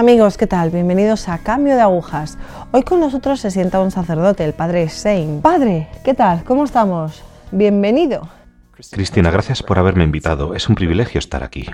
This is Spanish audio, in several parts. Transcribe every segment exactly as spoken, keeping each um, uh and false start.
Amigos, ¿qué tal? Bienvenidos a Cambio de Agujas. Hoy con nosotros se sienta un sacerdote, el padre Shane. Padre, ¿qué tal? ¿Cómo estamos? Bienvenido. Cristina, gracias por haberme invitado. Es un privilegio estar aquí.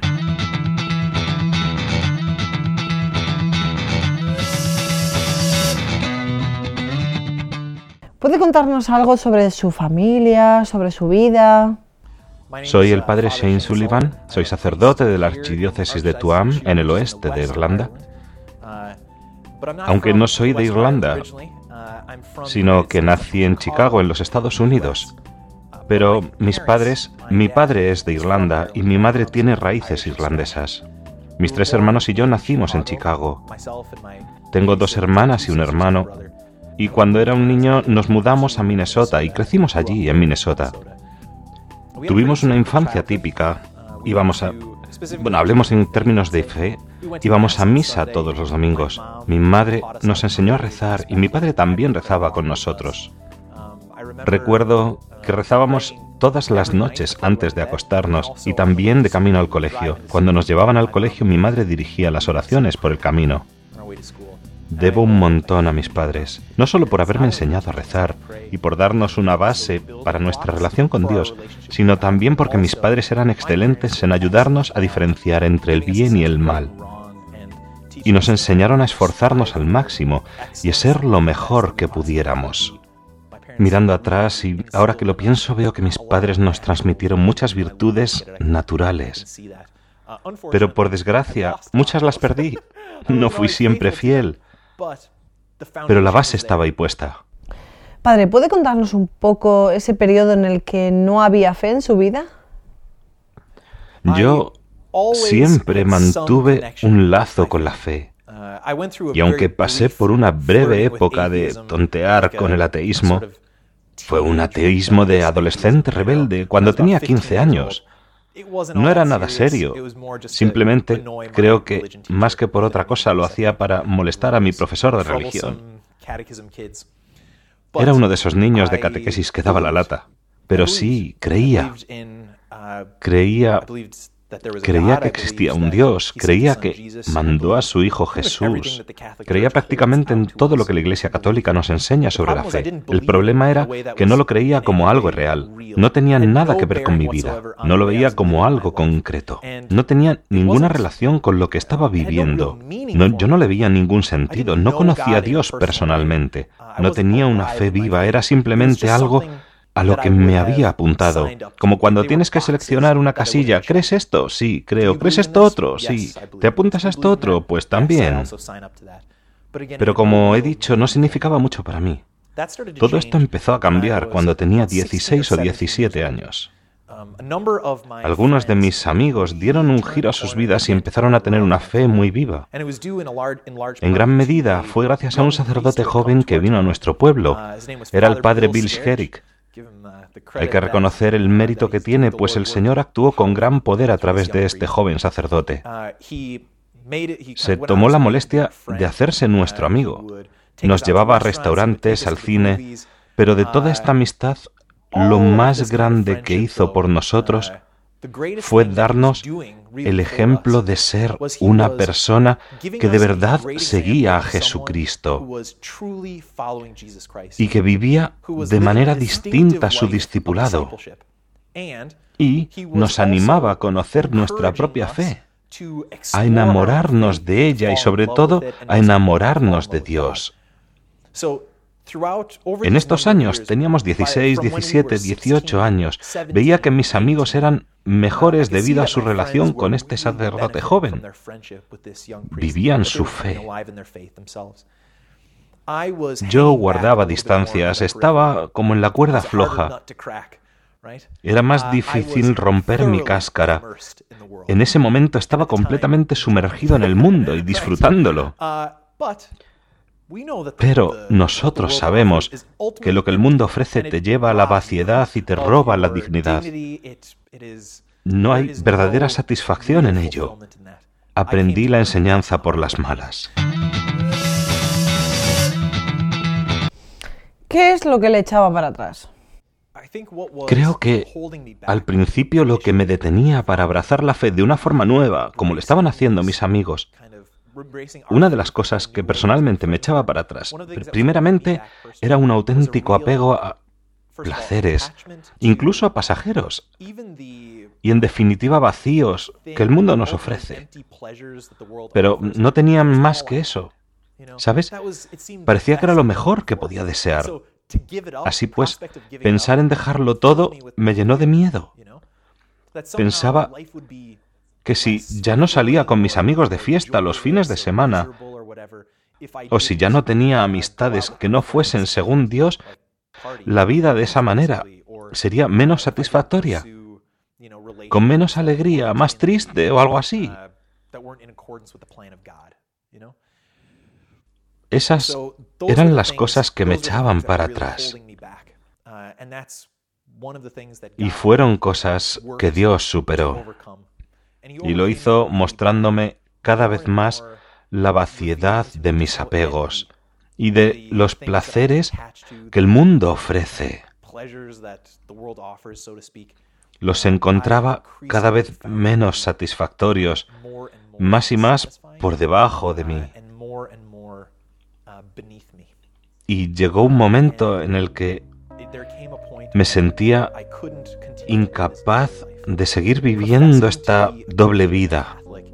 ¿Puede contarnos algo sobre su familia, sobre su vida? Soy el padre Shane Sullivan, soy sacerdote de la archidiócesis de Tuam, en el oeste de Irlanda. Aunque no soy de Irlanda, sino que nací en Chicago, en los Estados Unidos. Pero mis padres, mi padre es de Irlanda y mi madre tiene raíces irlandesas. Mis tres hermanos y yo nacimos en Chicago. Tengo dos hermanas y un hermano. Y cuando era un niño nos mudamos a Minnesota y crecimos allí, en Minnesota. Tuvimos una infancia típica. Íbamos a... Bueno, hablemos en términos de fe. Íbamos a misa todos los domingos. Mi madre nos enseñó a rezar y mi padre también rezaba con nosotros. Recuerdo que rezábamos todas las noches antes de acostarnos y también de camino al colegio. Cuando nos llevaban al colegio, mi madre dirigía las oraciones por el camino. Debo un montón a mis padres, no solo por haberme enseñado a rezar y por darnos una base para nuestra relación con Dios, sino también porque mis padres eran excelentes en ayudarnos a diferenciar entre el bien y el mal. Y nos enseñaron a esforzarnos al máximo y a ser lo mejor que pudiéramos. Mirando atrás y ahora que lo pienso, veo que mis padres nos transmitieron muchas virtudes naturales. Pero por desgracia, muchas las perdí. No fui siempre fiel. Pero la base estaba ahí puesta. Padre, ¿puede contarnos un poco ese periodo en el que no había fe en su vida? Yo siempre mantuve un lazo con la fe. Y aunque pasé por una breve época de tontear con el ateísmo, fue un ateísmo de adolescente rebelde cuando tenía quince años. No era nada serio, simplemente creo que, más que por otra cosa, lo hacía para molestar a mi profesor de religión. Era uno de esos niños de catequesis que daba la lata, pero sí, creía, creía, creía que existía un Dios, creía que mandó a su Hijo Jesús, creía prácticamente en todo lo que la Iglesia Católica nos enseña sobre la fe. El problema era que no lo creía como algo real, no tenía nada que ver con mi vida, no lo veía como algo concreto, no tenía ninguna relación con lo que estaba viviendo, no, yo no le veía ningún sentido, no conocía a Dios personalmente, no tenía una fe viva, era simplemente algo a lo que me había apuntado. Como cuando tienes que seleccionar una casilla. ¿Crees esto? Sí, creo. ¿Crees esto otro? Sí. ¿Te apuntas a esto otro? Pues también. Pero como he dicho, no significaba mucho para mí. Todo esto empezó a cambiar cuando tenía dieciséis o diecisiete años. Algunos de mis amigos dieron un giro a sus vidas y empezaron a tener una fe muy viva. En gran medida fue gracias a un sacerdote joven que vino a nuestro pueblo. Era el padre Bill Sherrick. Hay que reconocer el mérito que tiene, pues el Señor actuó con gran poder a través de este joven sacerdote. Se tomó la molestia de hacerse nuestro amigo. Nos llevaba a restaurantes, al cine, pero de toda esta amistad, lo más grande que hizo por nosotros fue darnos el ejemplo de ser una persona que de verdad seguía a Jesucristo y que vivía de manera distinta su discipulado y nos animaba a conocer nuestra propia fe, a enamorarnos de ella y sobre todo a enamorarnos de Dios. En estos años, teníamos dieciséis, diecisiete, dieciocho años, veía que mis amigos eran mejores debido a su relación con este sacerdote joven. Vivían su fe. Yo guardaba distancias, estaba como en la cuerda floja. Era más difícil romper mi cáscara. En ese momento estaba completamente sumergido en el mundo y disfrutándolo. Pero nosotros sabemos que lo que el mundo ofrece te lleva a la vaciedad y te roba la dignidad. No hay verdadera satisfacción en ello. Aprendí la enseñanza por las malas. ¿Qué es lo que le echaba para atrás? Creo que al principio lo que me detenía para abrazar la fe de una forma nueva, como lo estaban haciendo mis amigos, Una de las cosas que personalmente me echaba para atrás, primeramente, era un auténtico apego a placeres, incluso a pasajeros, y en definitiva vacíos que el mundo nos ofrece. Pero no tenían más que eso, ¿sabes? Parecía que era lo mejor que podía desear. Así pues, pensar en dejarlo todo me llenó de miedo. Pensaba que si ya no salía con mis amigos de fiesta los fines de semana, o si ya no tenía amistades que no fuesen según Dios, la vida de esa manera sería menos satisfactoria, con menos alegría, más triste o algo así. Esas eran las cosas que me echaban para atrás. Y fueron cosas que Dios superó. Y lo hizo mostrándome cada vez más la vaciedad de mis apegos y de los placeres que el mundo ofrece. Los encontraba cada vez menos satisfactorios, más y más por debajo de mí. Y llegó un momento en el que me sentía incapaz de seguir viviendo esta doble vida,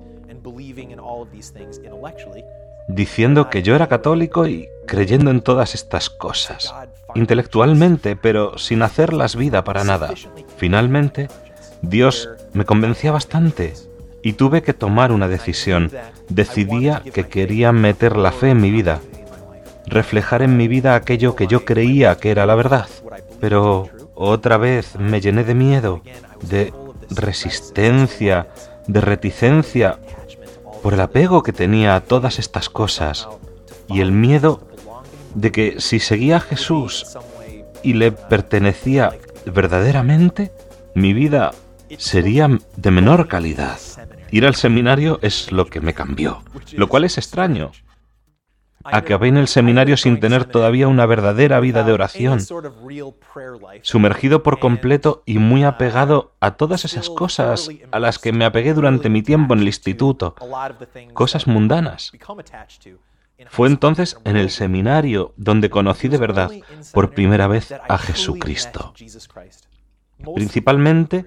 diciendo que yo era católico y creyendo en todas estas cosas, intelectualmente, pero sin hacerlas vida para nada. Finalmente, Dios me convencía bastante y tuve que tomar una decisión. Decidía que quería meter la fe en mi vida, reflejar en mi vida aquello que yo creía que era la verdad. Pero otra vez me llené de miedo, de resistencia, de reticencia, por el apego que tenía a todas estas cosas y el miedo de que si seguía a Jesús y le pertenecía verdaderamente, mi vida sería de menor calidad. Ir al seminario es lo que me cambió, lo cual es extraño. Acabé en el seminario sin tener todavía una verdadera vida de oración, sumergido por completo y muy apegado a todas esas cosas a las que me apegué durante mi tiempo en el instituto, cosas mundanas. Fue entonces en el seminario donde conocí de verdad por primera vez a Jesucristo, principalmente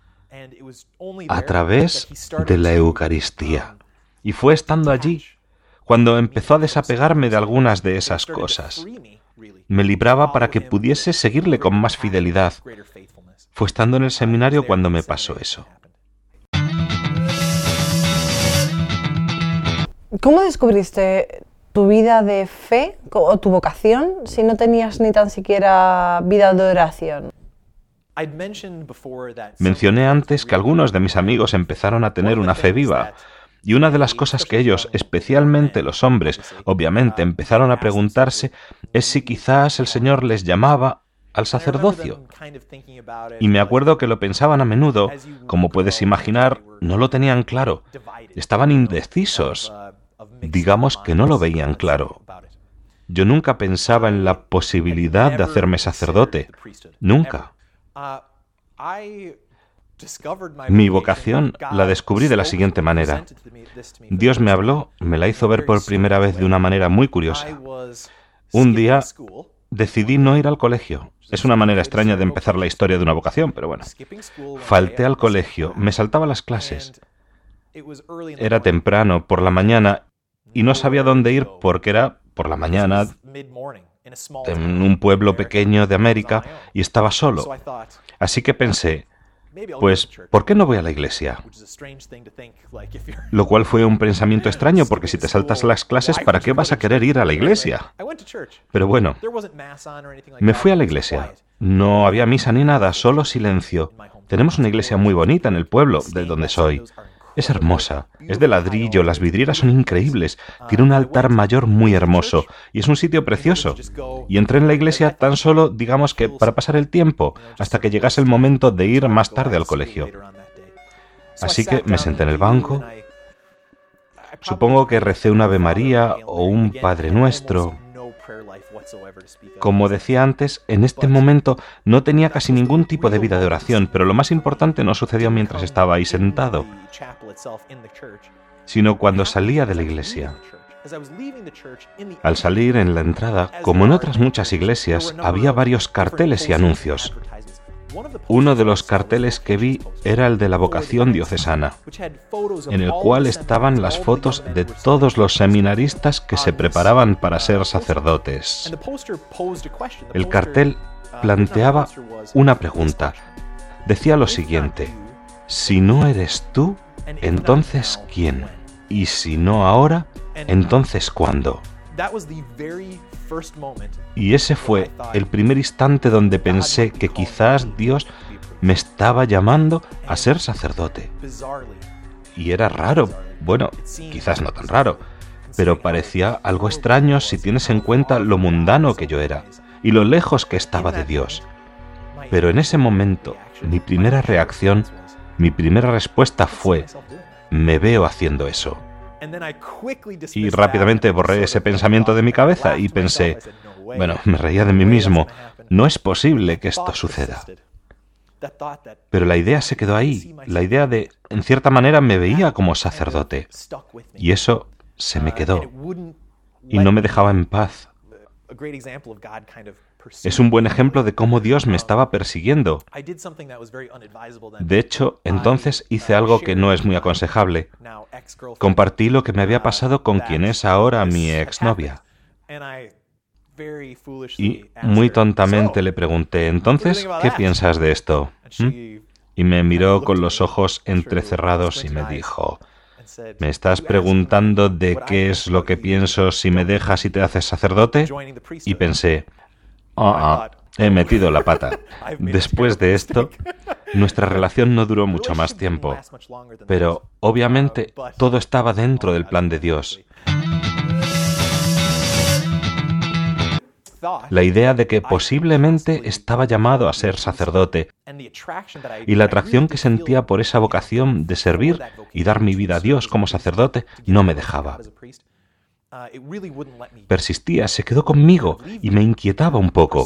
a través de la Eucaristía. Y fue estando allí cuando empezó a desapegarme de algunas de esas cosas. Me libraba para que pudiese seguirle con más fidelidad. Fue estando en el seminario cuando me pasó eso. ¿Cómo descubriste tu vida de fe o tu vocación si no tenías ni tan siquiera vida de oración? Mencioné antes que algunos de mis amigos empezaron a tener una fe viva. Y una de las cosas que ellos, especialmente los hombres, obviamente empezaron a preguntarse es si quizás el Señor les llamaba al sacerdocio. Y me acuerdo que lo pensaban a menudo, como puedes imaginar, no lo tenían claro. Estaban indecisos. Digamos que no lo veían claro. Yo nunca pensaba en la posibilidad de hacerme sacerdote. Nunca. Mi vocación la descubrí de la siguiente manera. Dios me habló, me la hizo ver por primera vez de una manera muy curiosa. Un día decidí no ir al colegio. Es una manera extraña de empezar la historia de una vocación, pero bueno. Falté al colegio, me saltaba las clases. Era temprano, por la mañana, y no sabía dónde ir porque era por la mañana en un pueblo pequeño de América y estaba solo. Así que pensé, pues, ¿por qué no voy a la iglesia? Lo cual fue un pensamiento extraño, porque si te saltas las clases, ¿para qué vas a querer ir a la iglesia? Pero bueno, me fui a la iglesia. No había misa ni nada, solo silencio. Tenemos una iglesia muy bonita en el pueblo de donde soy. Es hermosa, es de ladrillo, las vidrieras son increíbles, tiene un altar mayor muy hermoso y es un sitio precioso. Y entré en la iglesia tan solo, digamos que para pasar el tiempo, hasta que llegase el momento de ir más tarde al colegio. Así que me senté en el banco, supongo que recé un Ave María o un Padre Nuestro. Como decía antes, en este momento no tenía casi ningún tipo de vida de oración, pero lo más importante no sucedió mientras estaba ahí sentado. sino cuando salía de la iglesia. Al salir en la entrada, como en otras muchas iglesias, había varios carteles y anuncios. Uno de los carteles que vi era el de la vocación diocesana, en el cual estaban las fotos de todos los seminaristas que se preparaban para ser sacerdotes. El cartel planteaba una pregunta. Decía lo siguiente: si no eres tú, entonces ¿quién? Y si no ahora, entonces ¿cuándo? Y ese fue el primer instante donde pensé que quizás Dios me estaba llamando a ser sacerdote. Y era raro, bueno, quizás no tan raro, pero parecía algo extraño si tienes en cuenta lo mundano que yo era y lo lejos que estaba de Dios. Pero en ese momento, mi primera reacción, mi primera respuesta fue: me veo haciendo eso. Y rápidamente borré ese pensamiento de mi cabeza y pensé, bueno, me reía de mí mismo, no es posible que esto suceda. Pero la idea se quedó ahí, la idea de, en cierta manera, me veía como sacerdote. Y eso se me quedó y no me dejaba en paz. Es un buen ejemplo de cómo Dios me estaba persiguiendo. De hecho, entonces hice algo que no es muy aconsejable. Compartí lo que me había pasado con quien es ahora mi exnovia. Y muy tontamente le pregunté: ¿entonces qué piensas de esto? ¿Mm? Y me miró con los ojos entrecerrados y me dijo: ¿me estás preguntando de qué es lo que pienso si me dejas y te haces sacerdote? Y pensé: ah, ah, he metido la pata. Después de esto, nuestra relación no duró mucho más tiempo, pero obviamente todo estaba dentro del plan de Dios. La idea de que posiblemente estaba llamado a ser sacerdote y la atracción que sentía por esa vocación de servir y dar mi vida a Dios como sacerdote no me dejaba. Persistía, se quedó conmigo y me inquietaba un poco.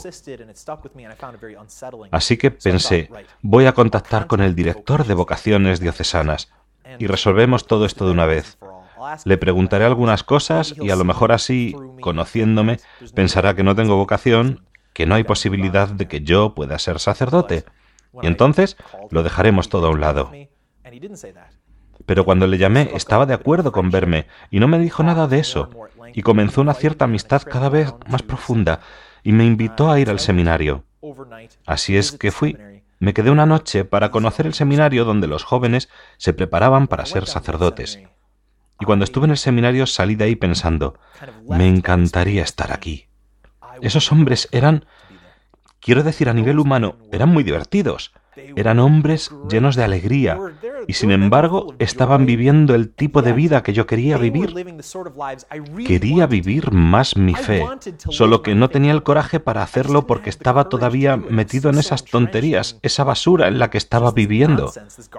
Así que pensé, voy a contactar con el director de vocaciones diocesanas y resolvemos todo esto de una vez. Le preguntaré algunas cosas y a lo mejor así, conociéndome, pensará que no tengo vocación, que no hay posibilidad de que yo pueda ser sacerdote. Y entonces lo dejaremos todo a un lado. Pero cuando le llamé estaba de acuerdo con verme y no me dijo nada de eso. Y comenzó una cierta amistad cada vez más profunda y me invitó a ir al seminario. Así es que fui. Me quedé una noche para conocer el seminario donde los jóvenes se preparaban para ser sacerdotes. Y cuando estuve en el seminario salí de ahí pensando, me encantaría estar aquí. Esos hombres eran, quiero decir a nivel humano, eran muy divertidos. Eran hombres llenos de alegría y sin embargo estaban viviendo el tipo de vida que yo quería vivir. Quería vivir más mi fe, solo que no tenía el coraje para hacerlo porque estaba todavía metido en esas tonterías, esa basura en la que estaba viviendo.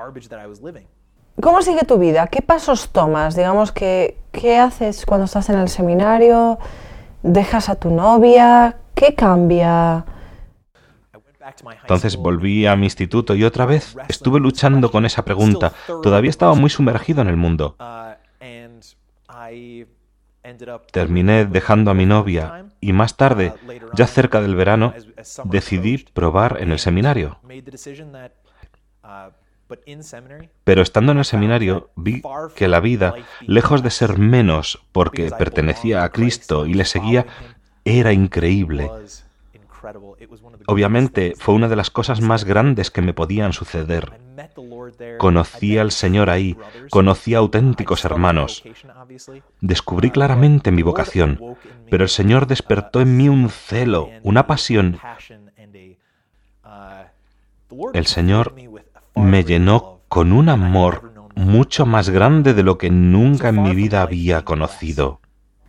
¿Cómo sigue tu vida? ¿Qué pasos tomas? Digamos que, ¿qué haces cuando estás en el seminario? ¿Dejas a tu novia? ¿Qué cambia? Entonces volví a mi instituto y otra vez estuve luchando con esa pregunta. Todavía estaba muy sumergido en el mundo. Terminé dejando a mi novia y más tarde, ya cerca del verano, decidí probar en el seminario. Pero estando en el seminario vi que la vida, lejos de ser menos porque pertenecía a Cristo y le seguía, era increíble. Obviamente fue una de las cosas más grandes que me podían suceder. Conocí al Señor ahí, conocí a auténticos hermanos. Descubrí claramente mi vocación, pero el Señor despertó en mí un celo, una pasión. El Señor me llenó con un amor mucho más grande de lo que nunca en mi vida había conocido.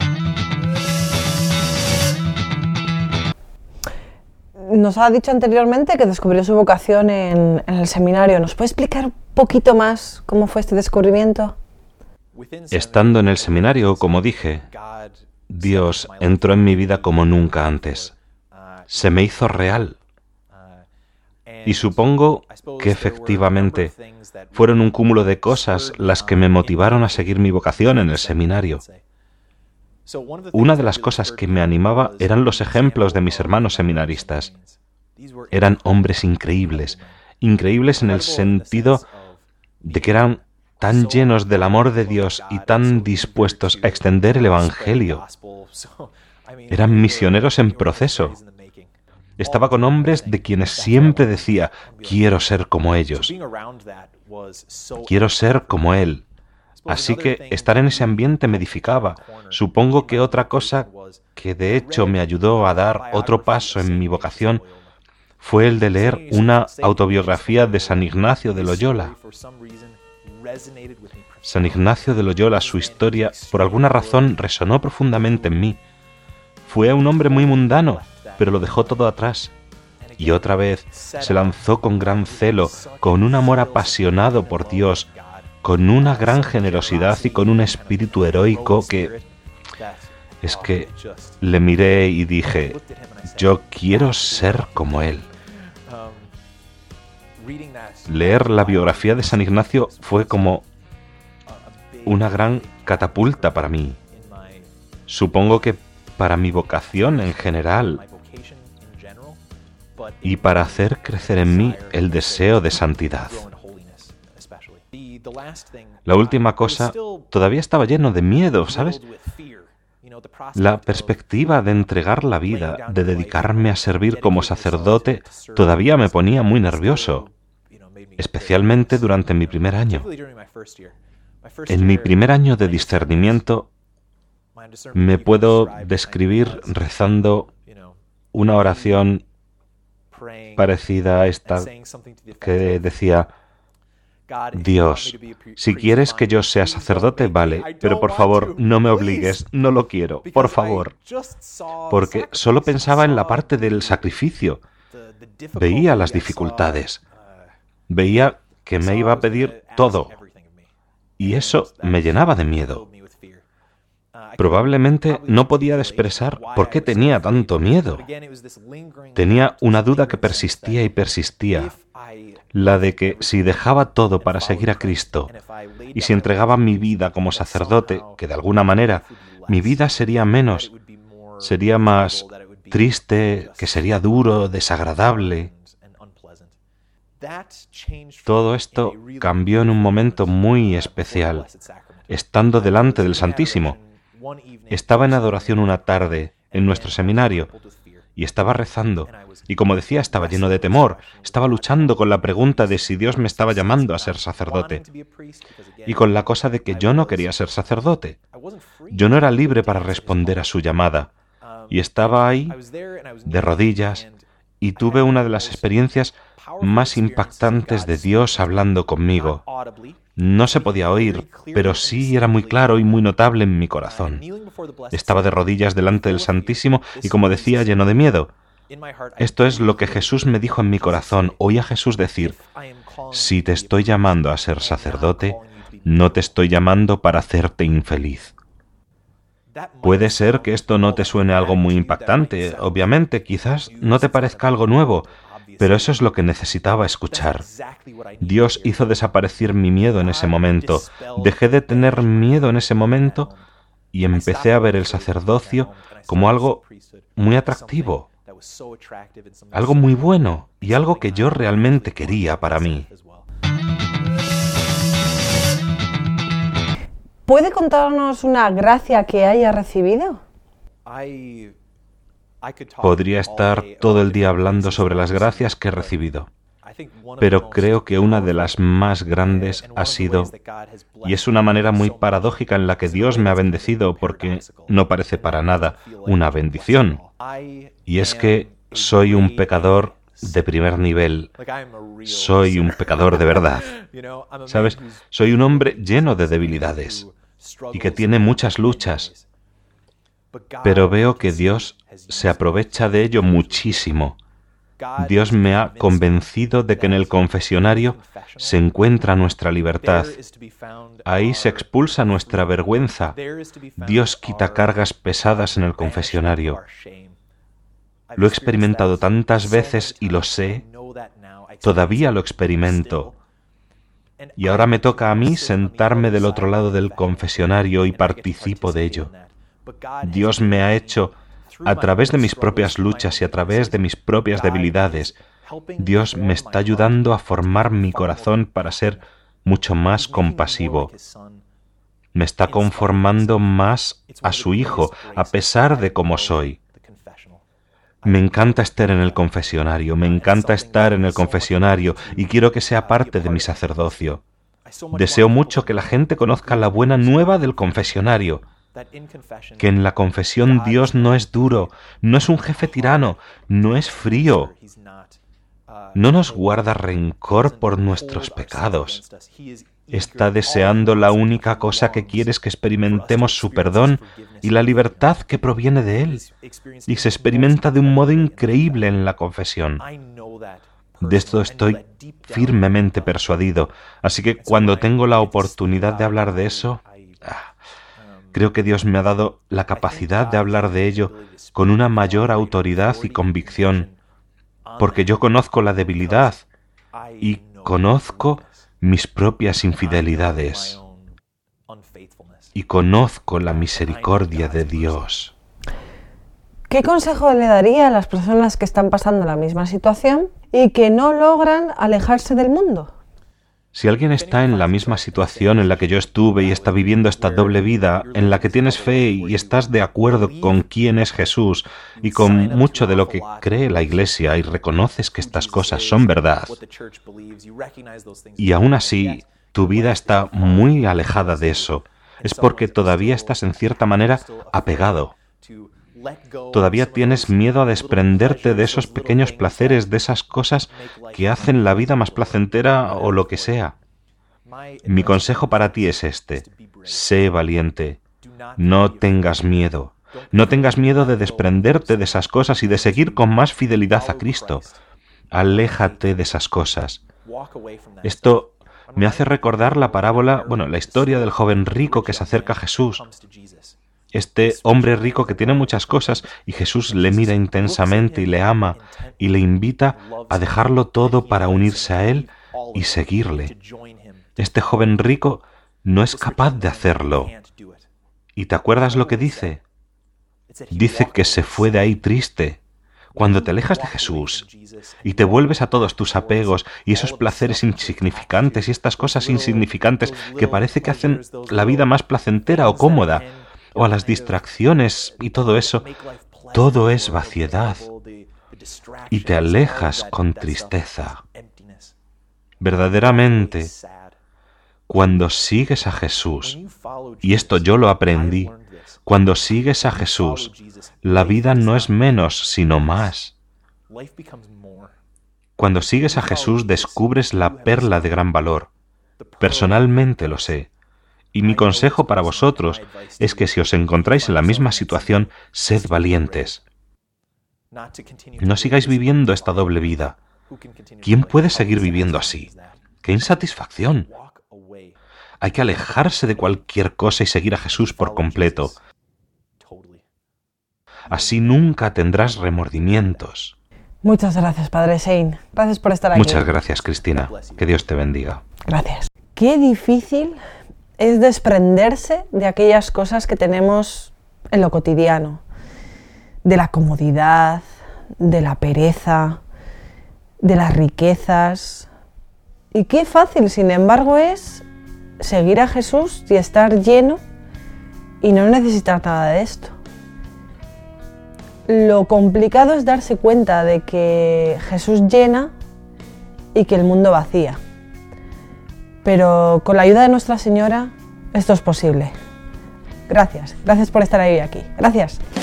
Nos ha dicho anteriormente que descubrió su vocación en, en el seminario. ¿Nos puede explicar un poquito más cómo fue este descubrimiento? Estando en el seminario, como dije, Dios entró en mi vida como nunca antes. Se me hizo real. Y supongo que efectivamente fueron un cúmulo de cosas las que me motivaron a seguir mi vocación en el seminario. Una de las cosas que me animaba eran los ejemplos de mis hermanos seminaristas. Eran hombres increíbles, increíbles en el sentido de que eran tan llenos del amor de Dios y tan dispuestos a extender el Evangelio. Eran misioneros en proceso. Estaba con hombres de quienes siempre decía, quiero ser como ellos, quiero ser como él. Así que estar en ese ambiente me edificaba. Supongo que otra cosa que de hecho me ayudó a dar otro paso en mi vocación fue el de leer una autobiografía de San Ignacio de Loyola. San Ignacio de Loyola, su historia, por alguna razón resonó profundamente en mí. Fue un hombre muy mundano, pero lo dejó todo atrás. Y otra vez se lanzó con gran celo, con un amor apasionado por Dios, con una gran generosidad y con un espíritu heroico que... Es que le miré y dije, yo quiero ser como él. Leer la biografía de San Ignacio fue como una gran catapulta para mí. Supongo que para mi vocación en general y para hacer crecer en mí el deseo de santidad. La última cosa, todavía estaba lleno de miedo, ¿sabes? La perspectiva de entregar la vida, de dedicarme a servir como sacerdote, todavía me ponía muy nervioso, especialmente durante mi primer año. En mi primer año de discernimiento, me puedo describir rezando una oración parecida a esta que decía, Dios, si quieres que yo sea sacerdote, vale, pero por favor, no me obligues, no lo quiero, por favor. Porque solo pensaba en la parte del sacrificio. Veía las dificultades. Veía que me iba a pedir todo. Y eso me llenaba de miedo. Probablemente no podía expresar por qué tenía tanto miedo. Tenía una duda que persistía y persistía. La de que si dejaba todo para seguir a Cristo y si entregaba mi vida como sacerdote, que de alguna manera mi vida sería menos, sería más triste, que sería duro, desagradable. Todo esto cambió en un momento muy especial, estando delante del Santísimo. Estaba en adoración una tarde en nuestro seminario y estaba rezando. Y como decía, estaba lleno de temor. Estaba luchando con la pregunta de si Dios me estaba llamando a ser sacerdote. Y con la cosa de que yo no quería ser sacerdote. Yo no era libre para responder a su llamada. Y estaba ahí, de rodillas, y tuve una de las experiencias más impactantes de Dios hablando conmigo. No se podía oír, pero sí era muy claro y muy notable en mi corazón. Estaba de rodillas delante del Santísimo y, como decía, lleno de miedo. Esto es lo que Jesús me dijo en mi corazón. Oí a Jesús decir, si te estoy llamando a ser sacerdote, no te estoy llamando para hacerte infeliz. Puede ser que esto no te suene algo muy impactante, obviamente, quizás no te parezca algo nuevo, pero eso es lo que necesitaba escuchar. Dios hizo desaparecer mi miedo en ese momento. Dejé de tener miedo en ese momento y empecé a ver el sacerdocio como algo muy atractivo, algo muy bueno y algo que yo realmente quería para mí. ¿Puede contarnos una gracia que haya recibido? Podría estar todo el día hablando sobre las gracias que he recibido, pero creo que una de las más grandes ha sido, y es una manera muy paradójica en la que Dios me ha bendecido porque no parece para nada una bendición, y es que soy un pecador de primer nivel, soy un pecador de verdad, ¿sabes? Soy un hombre lleno de debilidades y que tiene muchas luchas, pero veo que Dios se aprovecha de ello muchísimo. Dios me ha convencido de que en el confesionario se encuentra nuestra libertad. Ahí se expulsa nuestra vergüenza. Dios quita cargas pesadas en el confesionario. Lo he experimentado tantas veces y lo sé todavía lo experimento. Y ahora me toca a mí sentarme del otro lado del confesionario y participo de ello. Dios me ha hecho, a través de mis propias luchas y a través de mis propias debilidades, Dios me está ayudando a formar mi corazón para ser mucho más compasivo. Me está conformando más a su Hijo, a pesar de cómo soy. Me encanta estar en el confesionario, me encanta estar en el confesionario y quiero que sea parte de mi sacerdocio. Deseo mucho que la gente conozca la buena nueva del confesionario, que en la confesión Dios no es duro, no es un jefe tirano, no es frío, no nos guarda rencor por nuestros pecados. Está deseando la única cosa que quiere es que experimentemos su perdón y la libertad que proviene de Él. Y se experimenta de un modo increíble en la confesión. De esto estoy firmemente persuadido. Así que cuando tengo la oportunidad de hablar de eso, ah, creo que Dios me ha dado la capacidad de hablar de ello con una mayor autoridad y convicción, porque yo conozco la debilidad y conozco mis propias infidelidades y conozco la misericordia de Dios. ¿Qué consejo le daría a las personas que están pasando la misma situación y que no logran alejarse del mundo? Si alguien está en la misma situación en la que yo estuve y está viviendo esta doble vida, en la que tienes fe y estás de acuerdo con quién es Jesús y con mucho de lo que cree la Iglesia y reconoces que estas cosas son verdad, y aún así tu vida está muy alejada de eso, es porque todavía estás en cierta manera apegado. Todavía tienes miedo a desprenderte de esos pequeños placeres, de esas cosas que hacen la vida más placentera o lo que sea. Mi consejo para ti es este: sé valiente, no tengas miedo, no tengas miedo de desprenderte de esas cosas y de seguir con más fidelidad a Cristo. Aléjate de esas cosas. Esto me hace recordar la parábola, bueno, la historia del joven rico que se acerca a Jesús. Este hombre rico que tiene muchas cosas y Jesús le mira intensamente y le ama y le invita a dejarlo todo para unirse a Él y seguirle. Este joven rico no es capaz de hacerlo. ¿Y te acuerdas lo que dice? Dice que se fue de ahí triste. Cuando te alejas de Jesús y te vuelves a todos tus apegos y esos placeres insignificantes y estas cosas insignificantes que parece que hacen la vida más placentera o cómoda, o a las distracciones y todo eso, todo es vaciedad y te alejas con tristeza. Verdaderamente, cuando sigues a Jesús, y esto yo lo aprendí, cuando sigues a Jesús, la vida no es menos, sino más. Cuando sigues a Jesús, descubres la perla de gran valor. Personalmente lo sé. Y mi consejo para vosotros es que si os encontráis en la misma situación, sed valientes. No sigáis viviendo esta doble vida. ¿Quién puede seguir viviendo así? ¡Qué insatisfacción! Hay que alejarse de cualquier cosa y seguir a Jesús por completo. Así nunca tendrás remordimientos. Muchas gracias, Padre Shane. Gracias por estar aquí. Muchas gracias, Cristina. Que Dios te bendiga. Gracias. Qué difícil es desprenderse de aquellas cosas que tenemos en lo cotidiano, de la comodidad, de la pereza, de las riquezas. Y qué fácil, sin embargo, es seguir a Jesús y estar lleno y no necesitar nada de esto. Lo complicado es darse cuenta de que Jesús llena y que el mundo vacía. Pero con la ayuda de Nuestra Señora, esto es posible. Gracias, gracias por estar ahí aquí. Gracias.